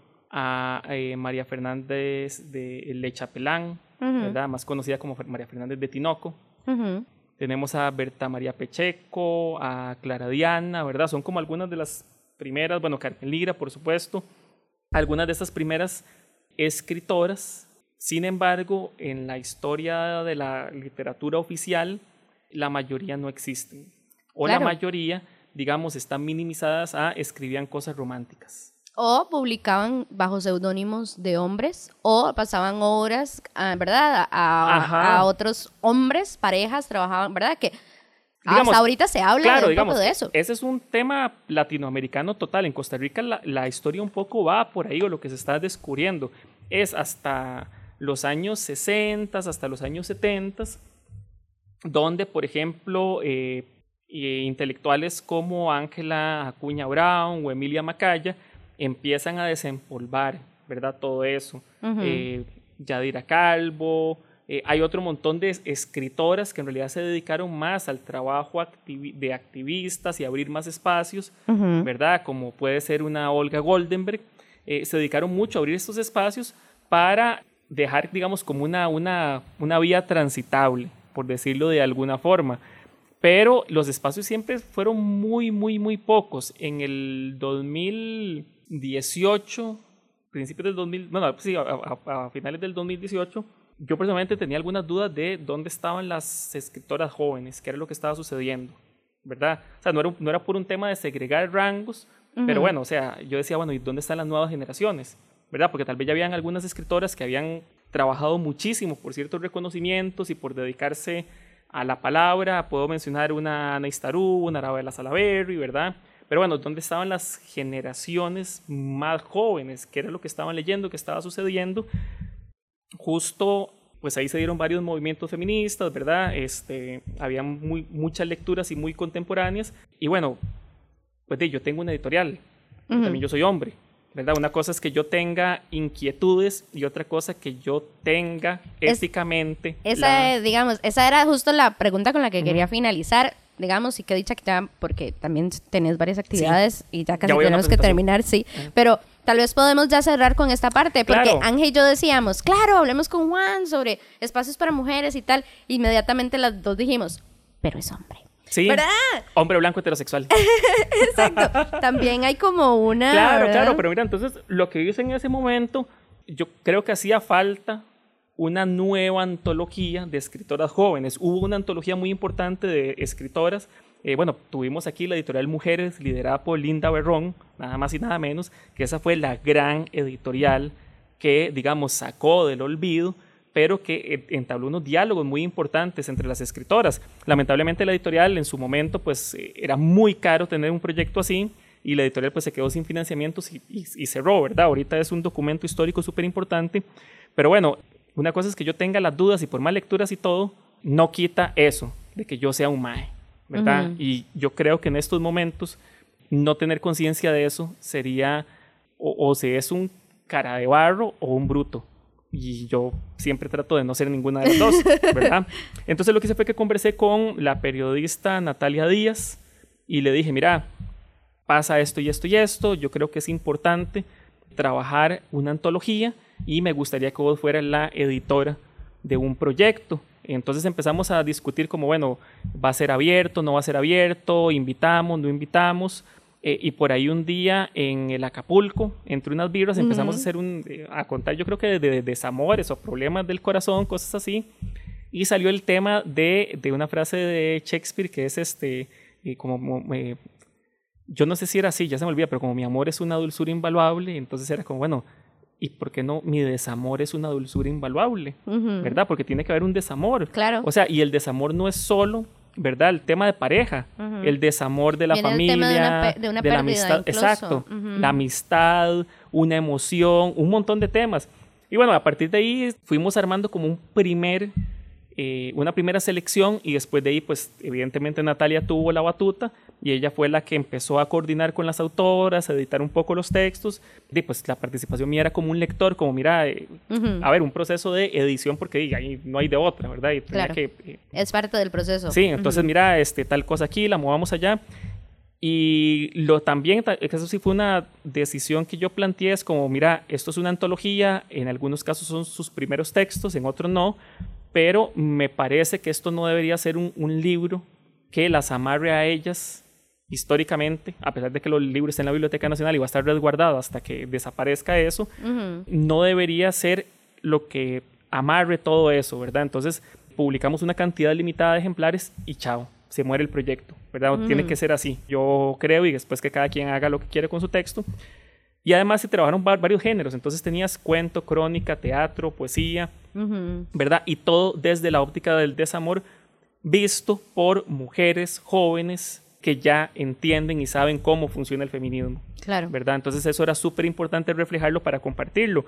a eh, María Fernández de Lechapelán, uh-huh. ¿verdad? Más conocida como María Fernández de Tinoco. Uh-huh. Tenemos a Berta María Pecheco, a Clara Diana, ¿verdad? Son como algunas de las primeras, bueno, Carmen Lira, por supuesto, algunas de estas primeras escritoras. Sin embargo, en la historia de la literatura oficial, la mayoría no existen. O claro. La mayoría, digamos, están minimizadas a escribían cosas románticas. O publicaban bajo seudónimos de hombres, o pasaban obras, ¿verdad? A, a otros hombres, parejas, trabajaban, ¿verdad? Que digamos, hasta ahorita se habla claro, de un digamos, poco de eso. Ese es un tema latinoamericano total. En Costa Rica la, la historia un poco va por ahí, o lo que se está descubriendo es hasta los años sesenta, hasta los años setenta, donde, por ejemplo, eh, eh, intelectuales como Ángela Acuña Brown o Emilia Macaya empiezan a desempolvar, ¿verdad? Todo eso. Uh-huh. eh, Yadira Calvo, eh, hay otro montón de escritoras que en realidad se dedicaron más al trabajo activi- de activistas y abrir más espacios, uh-huh. ¿verdad? Como puede ser una Olga Goldenberg, eh, se dedicaron mucho a abrir estos espacios para dejar, digamos, como una, una, una vía transitable, por decirlo de alguna forma. Pero los espacios siempre fueron muy, muy, muy pocos. En el dos mil dieciocho, principios del dos mil, bueno, sí, a, a, a finales del dos mil dieciocho, yo personalmente tenía algunas dudas de dónde estaban las escritoras jóvenes, qué era lo que estaba sucediendo, ¿verdad? O sea, no era, no era por un tema de segregar rangos, uh-huh. pero bueno, o sea, yo decía, bueno, ¿y dónde están las nuevas generaciones? ¿Verdad? Porque tal vez ya habían algunas escritoras que habían trabajado muchísimo por ciertos reconocimientos y por dedicarse a la palabra. Puedo mencionar una Ana Istarú, una Arabella Salaberry, ¿verdad? Pero bueno, ¿dónde estaban las generaciones más jóvenes? ¿Qué era lo que estaban leyendo? ¿Qué estaba sucediendo? Justo, pues ahí se dieron varios movimientos feministas, ¿verdad? Este, había muy, muchas lecturas y muy contemporáneas. Y bueno, pues yo tengo una editorial, uh-huh. también yo soy hombre, ¿verdad? Una cosa es que yo tenga inquietudes y otra cosa que yo tenga es, éticamente. Esa, la... digamos, esa era justo la pregunta con la que uh-huh. quería finalizar, digamos, y que dicha que ya, porque también tenés varias actividades sí. y ya casi ya tenemos que terminar, sí, uh-huh. pero tal vez podemos ya cerrar con esta parte, porque claro. Ángel y yo decíamos, claro, hablemos con Juan sobre espacios para mujeres y tal, inmediatamente las dos dijimos, pero es hombre. Sí, ¿verdad? Hombre blanco heterosexual. Exacto, también hay como una... Claro, ¿verdad? claro, pero mira, entonces lo que hice en ese momento, yo creo que hacía falta una nueva antología de escritoras jóvenes. Hubo una antología muy importante de escritoras, eh, bueno, tuvimos aquí la editorial Mujeres, liderada por Linda Berrón, nada más y nada menos, que esa fue la gran editorial que, digamos, sacó del olvido, pero que entabló unos diálogos muy importantes entre las escritoras. Lamentablemente la editorial en su momento pues era muy caro tener un proyecto así y la editorial pues se quedó sin financiamientos y, y, y cerró, ¿verdad? Ahorita es un documento histórico súper importante, pero bueno, una cosa es que yo tenga las dudas y por más lecturas y todo, no quita eso de que yo sea un mae, ¿verdad? Uh-huh. Y yo creo que en estos momentos no tener conciencia de eso sería o, o se es un cara de barro o un bruto. Y yo siempre trato de no ser ninguna de las dos, ¿verdad? Entonces lo que hice fue que conversé con la periodista Natalia Díaz y le dije, mira, pasa esto y esto y esto, yo creo que es importante trabajar una antología y me gustaría que vos fueras la editora de un proyecto. Entonces empezamos a discutir como, bueno, ¿va a ser abierto, no va a ser abierto? ¿Invitamos, no invitamos? Eh, y por ahí un día en el Acapulco, entre unas birras, uh-huh. empezamos a hacer un, eh, a contar yo creo que de, de desamores o problemas del corazón, cosas así. Y salió el tema de, de una frase de Shakespeare que es este, eh, como, eh, yo no sé si era así, ya se me olvida, pero como mi amor es una dulzura invaluable, entonces era como, bueno, ¿y por qué no mi desamor es una dulzura invaluable? Uh-huh. ¿Verdad? Porque tiene que haber un desamor. Claro. O sea, y el desamor no es solo, ¿verdad? El tema de pareja, uh-huh. el desamor de la Viene familia, el tema de, una pe- de, una de la pérdida, amistad. incluso. Exacto. Uh-huh. La amistad, una emoción, un montón de temas. Y bueno, a partir de ahí fuimos armando como un primer, eh, una primera selección y después de ahí, pues evidentemente Natalia tuvo la batuta y ella fue la que empezó a coordinar con las autoras, a editar un poco los textos. Y pues la participación mía era como un lector, como mira, eh, uh-huh. a ver, un proceso de edición porque y, ahí no hay de otra, ¿verdad? Y claro, que, eh, es parte del proceso. Sí, entonces uh-huh. mira, este, tal cosa aquí, la movamos allá. Y lo también, eso sí fue una decisión que yo planteé, es como, mira, esto es una antología, en algunos casos son sus primeros textos, en otros no, pero me parece que esto no debería ser un, un libro que las amarre a ellas históricamente, a pesar de que los libros estén en la Biblioteca Nacional y va a estar resguardado hasta que desaparezca eso, uh-huh. no debería ser lo que amarre todo eso, ¿verdad? Entonces publicamos una cantidad limitada de ejemplares y chao, se muere el proyecto, ¿verdad? Uh-huh. Tiene que ser así, yo creo, y después que cada quien haga lo que quiere con su texto. Y además se trabajaron varios géneros, entonces tenías cuento, crónica, teatro, poesía, uh-huh. ¿verdad? Y todo desde la óptica del desamor, visto por mujeres jóvenes que ya entienden y saben cómo funciona el feminismo. Claro. ¿Verdad? Entonces eso era súper importante reflejarlo para compartirlo.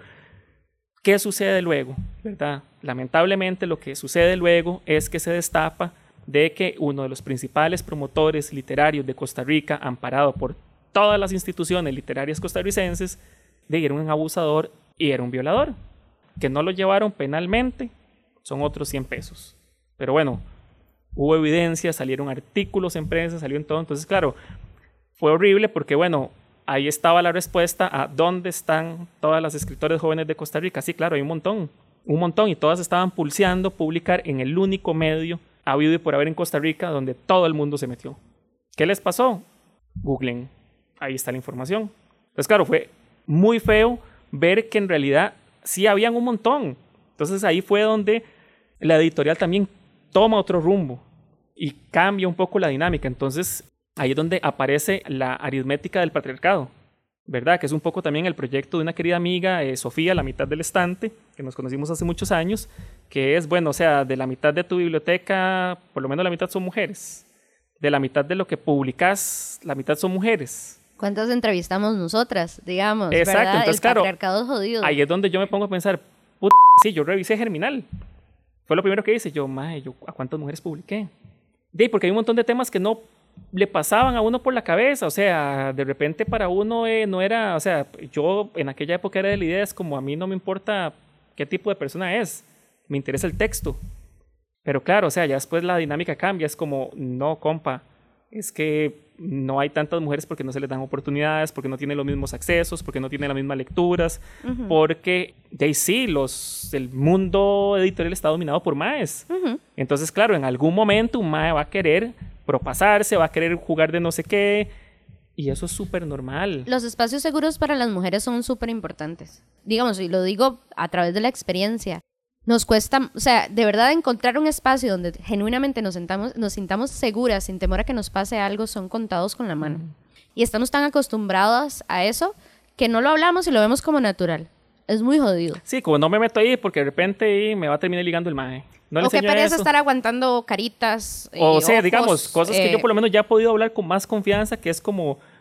¿Qué sucede luego? ¿Verdad? Lamentablemente lo que sucede luego es que se destapa de que uno de los principales promotores literarios de Costa Rica, amparado por todas las instituciones literarias costarricenses, de era un abusador y era un violador. Que no lo llevaron penalmente, son otros cien pesos. Pero bueno, hubo evidencia, salieron artículos en prensa, salió en todo. Entonces, claro, fue horrible porque, bueno, ahí estaba la respuesta a dónde están todas las escritoras jóvenes de Costa Rica. Sí, claro, hay un montón, un montón. Y todas estaban pulseando publicar en el único medio habido y por haber en Costa Rica donde todo el mundo se metió. ¿Qué les pasó? Googlen. Ahí está la información. Entonces, claro, fue muy feo ver que en realidad sí habían un montón. Entonces, ahí fue donde la editorial también toma otro rumbo y cambia un poco la dinámica. Entonces, ahí es donde aparece la aritmética del patriarcado, ¿verdad? Que es un poco también el proyecto de una querida amiga, eh, Sofía, la mitad del estante, que nos conocimos hace muchos años, que es, bueno, o sea, de la mitad de tu biblioteca, por lo menos la mitad son mujeres. De la mitad de lo que publicas, la mitad son mujeres. ¿Cuántas entrevistamos nosotras, digamos? Exacto, ¿verdad? entonces, el claro, patriarcado es jodido. Ahí es donde yo me pongo a pensar, puta, sí, yo revisé Germinal. Fue lo primero que hice. Yo, mae, yo, ¿a cuántas mujeres publiqué? De, porque hay un montón de temas que no le pasaban a uno por la cabeza. O sea, de repente para uno eh, no era... O sea, yo en aquella época era de la idea, es como a mí no me importa qué tipo de persona es. Me interesa el texto. Pero claro, o sea, ya después la dinámica cambia. Es como, no, compa, es que no hay tantas mujeres porque no se les dan oportunidades, porque no tienen los mismos accesos, porque no tienen las mismas lecturas, uh-huh. porque de sí, los, el mundo editorial está dominado por maes. Uh-huh. Entonces, claro, en algún momento un mae va a querer propasarse, va a querer jugar de no sé qué, y eso es súper normal. Los espacios seguros para las mujeres son súper importantes. Digamos, y lo digo a través de la experiencia. Nos cuesta, o sea, de verdad encontrar un espacio donde genuinamente nos, sentamos, nos sintamos seguras, sin temor a que nos pase algo, son contados con la mano. Mm. Y estamos tan acostumbrados a eso que no lo hablamos y lo vemos como natural. Es muy jodido. Sí, como no me meto ahí porque de repente me va a terminar ligando el maje. No le o qué pereza eso. Estar aguantando caritas. O sea, ojos, digamos, cosas eh, que yo por lo menos ya he podido hablar con más confianza, que es como,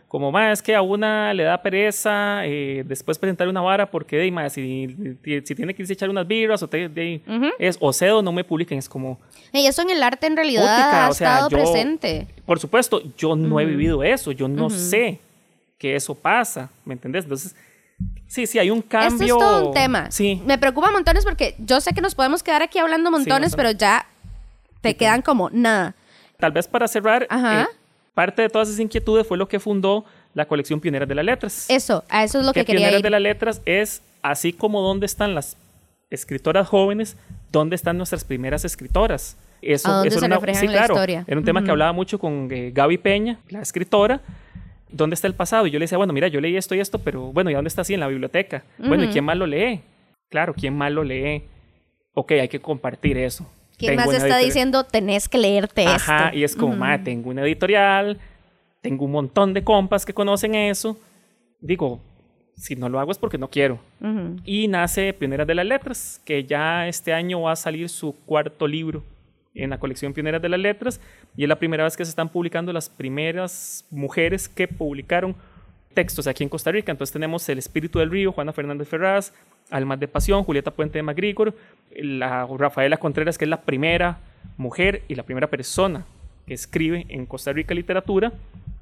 como, ma, es que a una le da pereza eh, después presentar una vara porque, de, ma, si, si tiene que irse a echar unas birras o, te, de, uh-huh. es, o cedo, no me publiquen. Es como... Y eso en el arte en realidad Útica, ha o sea, estado yo, presente. Por supuesto, yo no uh-huh. he vivido eso. Yo no uh-huh. sé que eso pasa, ¿me entendés? Entonces, sí, sí, hay un cambio. Esto es todo un tema. Sí. Me preocupa montones porque yo sé que nos podemos quedar aquí hablando montones, sí, pero ya te sí, quedan como nada. Tal vez para cerrar... Ajá. Eh, parte de todas esas inquietudes fue lo que fundó la colección Pioneras de las Letras. Eso, a eso es lo que, que quería Pioneras ir. de las Letras es, así como dónde están las escritoras jóvenes, dónde están nuestras primeras escritoras. Eso, ¿A dónde eso se era, refleja sí, en claro, la historia? Era un tema uh-huh. que hablaba mucho con eh, Gaby Peña, la escritora. ¿Dónde está el pasado? Y yo le decía, bueno, mira, yo leí esto y esto, pero bueno, ¿y dónde está así? En la biblioteca. Uh-huh. Bueno, ¿y quién más lo lee? Claro, ¿quién más lo lee? Ok, hay que compartir eso. ¿Quién tengo más está editorial. Diciendo, tenés que leerte Ajá, esto? Ajá, y es como, uh-huh. ma, tengo una editorial... Tengo un montón de compas que conocen eso. Digo, si no lo hago es porque no quiero. Uh-huh. Y nace Pioneras de las Letras, que ya este año va a salir su cuarto libro en la colección Pioneras de las Letras. Y es la primera vez que se están publicando las primeras mujeres que publicaron textos aquí en Costa Rica. Entonces tenemos El Espíritu del Río, Juana Fernández Ferraz, Almas de Pasión, Julieta Puente de MacGregor, la Rafaela Contreras, que es la primera mujer y la primera persona que escribe en Costa Rica literatura.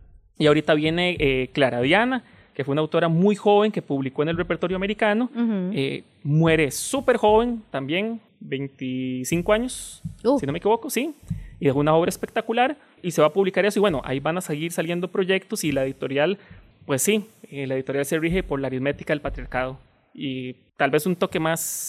Y ahorita viene eh, Clara Diana, que fue una autora muy joven que publicó en el repertorio americano. Uh-huh. Eh, muere súper joven también, veinticinco años, uh. si no me equivoco, sí. Y dejó una obra espectacular y se va a publicar eso. Y bueno, ahí van a seguir saliendo proyectos y la editorial, pues sí, eh, la editorial se rige por la aritmética del patriarcado. Y tal vez un toque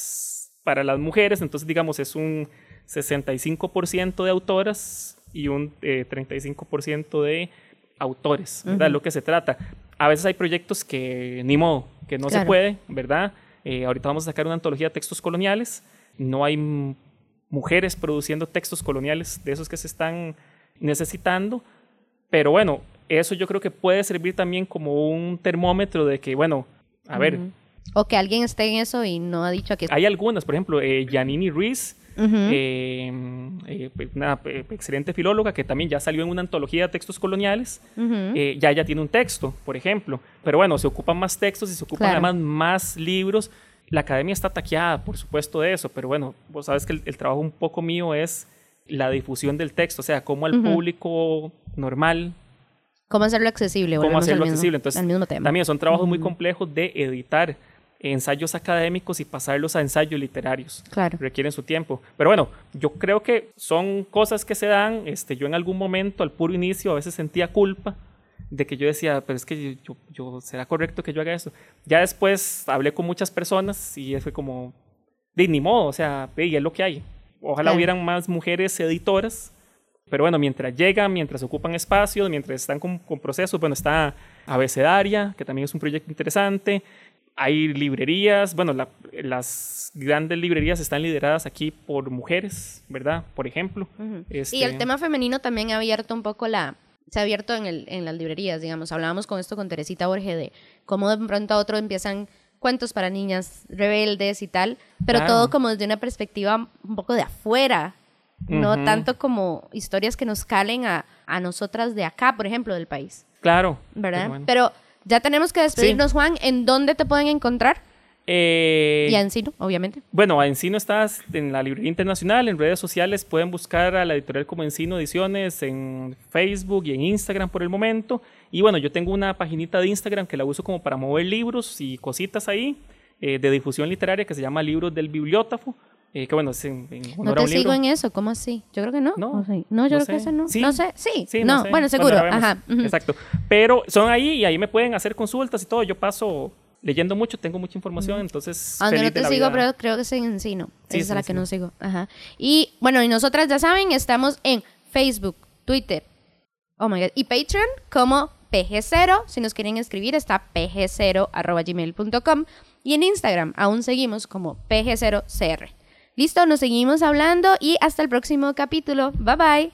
más para las mujeres, entonces digamos es un sesenta y cinco por ciento de autoras y un eh, treinta y cinco por ciento de autores, ¿verdad? Uh-huh. Lo que se trata. A veces hay proyectos que ni modo, que no claro. se puede, ¿verdad? Eh, ahorita vamos a sacar una antología de textos coloniales. No hay m- mujeres produciendo textos coloniales de esos que se están necesitando. Pero bueno, eso yo creo que puede servir también como un termómetro de que, bueno, a uh-huh. ver. O que alguien esté en eso y no ha dicho aquí. Hay algunas, por ejemplo, eh, Yanini Ruiz, Uh-huh. Eh, eh, una eh, excelente filóloga que también ya salió en una antología de textos coloniales. Uh-huh. eh, ya ya tiene un texto, por ejemplo, pero bueno, se ocupan más textos y se ocupan claro. además más libros. La academia está taqueada, por supuesto, de eso, pero bueno, vos sabes que el, el trabajo un poco mío es la difusión del texto, o sea, cómo al uh-huh. público normal, cómo hacerlo accesible, cómo hacerlo accesible. Entonces, al mismo tema. También son trabajos uh-huh. muy complejos de editar, ensayos académicos y pasarlos a ensayos literarios. Claro. Requieren su tiempo. Pero bueno, yo creo que son cosas que se dan. Este, yo en algún momento, al puro inicio, a veces sentía culpa de que yo decía, pero es que yo, yo, ¿será correcto que yo haga eso? Ya después hablé con muchas personas y fue como, de ni modo, o sea, y es lo que hay. Ojalá claro. hubieran más mujeres editoras. Pero bueno, mientras llegan, mientras ocupan espacios, mientras están con, con procesos, bueno, está Abecedaria, que también es un proyecto interesante. Hay librerías, bueno, la, las grandes librerías están lideradas aquí por mujeres, ¿verdad? Por ejemplo. Uh-huh. Este... Y el tema femenino también ha abierto un poco la... Se ha abierto en, el, en las librerías, digamos. Hablábamos con esto con Teresita Borges de cómo de pronto a otro empiezan cuentos para niñas rebeldes y tal, pero claro. todo como desde una perspectiva un poco de afuera, no uh-huh. tanto como historias que nos calen a, a nosotras de acá, por ejemplo, del país. Claro. ¿Verdad? Bueno. Pero... Ya tenemos que despedirnos, sí. Juan. ¿En dónde te pueden encontrar? Eh, y a Encino, obviamente. Bueno, a Encino estás en la Librería Internacional, en redes sociales pueden buscar a la editorial como Encino Ediciones en Facebook y en Instagram por el momento. Y bueno, yo tengo una paginita de Instagram que la uso como para mover libros y cositas ahí eh, de difusión literaria que se llama Libros del Bibliógrafo. Eh, que bueno, es en, en honor no te a un sigo libro. en eso, ¿cómo así? Yo creo que no. No, no, no yo no creo sé. que eso no. Sí. No sé, sí. sí no, no sé. bueno, seguro. Bueno, Ajá. Uh-huh. Exacto. Pero son ahí y ahí me pueden hacer consultas y todo. Yo paso leyendo mucho, tengo mucha información, uh-huh. entonces. Aunque feliz no te de la sigo, vida. pero creo que es en Encino. Sí, Esa es sí, a la sí. que no sigo. Ajá. Y bueno, y nosotras ya saben, estamos en Facebook, Twitter, oh my God, y Patreon como P G cero. Si nos quieren escribir, está p g cero arroba gmail punto com. Y en Instagram aún seguimos como P G cero C R. Listo, nos seguimos hablando y hasta el próximo capítulo. Bye bye.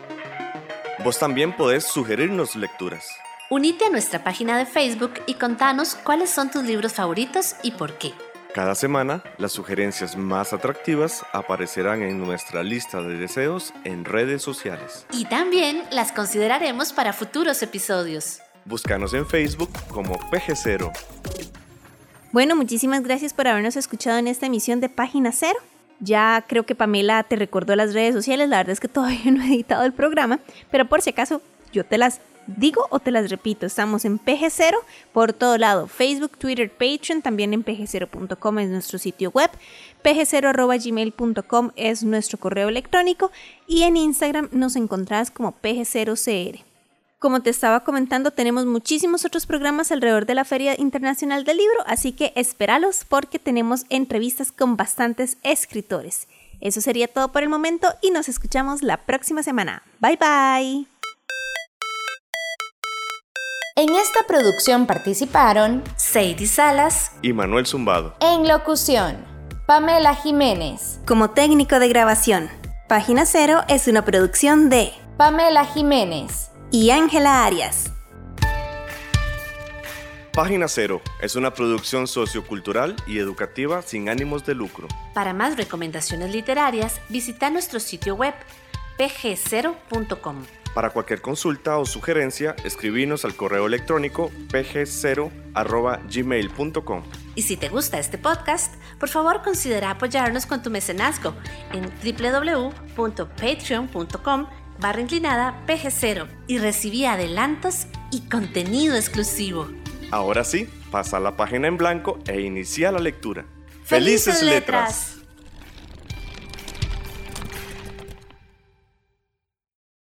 Vos también podés sugerirnos lecturas. Unite a nuestra página de Facebook y contanos cuáles son tus libros favoritos y por qué. Cada semana, las sugerencias más atractivas aparecerán en nuestra lista de deseos en redes sociales. Y también las consideraremos para futuros episodios. Búscanos en Facebook como P G cero. Bueno, muchísimas gracias por habernos escuchado en esta emisión de Página Cero. Ya creo que Pamela te recordó las redes sociales, la verdad es que todavía no he editado el programa, pero por si acaso yo te las digo o te las repito. Estamos en P G cero por todo lado, Facebook, Twitter, Patreon, también en p g cero punto com es nuestro sitio web, p g cero arroba gmail punto com es nuestro correo electrónico y en Instagram nos encontrás como P G cero C R. Como te estaba comentando, tenemos muchísimos otros programas alrededor de la Feria Internacional del Libro, así que espéralos porque tenemos entrevistas con bastantes escritores. Eso sería todo por el momento y nos escuchamos la próxima semana. Bye bye. En esta producción participaron Sadie Salas Y Manuel Zumbado. en locución Pamela Jiménez, Como técnico de grabación, Página Cero es una producción de Pamela Jiménez. y Ángela Arias. Página Cero es una producción sociocultural y educativa sin ánimos de lucro. Para más recomendaciones literarias, visita nuestro sitio web p g cero punto com. Para cualquier consulta o sugerencia, escribinos al correo electrónico p g cero arroba gmail punto com. Y si te gusta este podcast, por favor considera apoyarnos con tu mecenazgo en w w w punto patreon punto com barra inclinada P G cero y recibí adelantos y contenido exclusivo. Ahora sí, pasa la página en blanco e inicia la lectura. ¡Felices letras!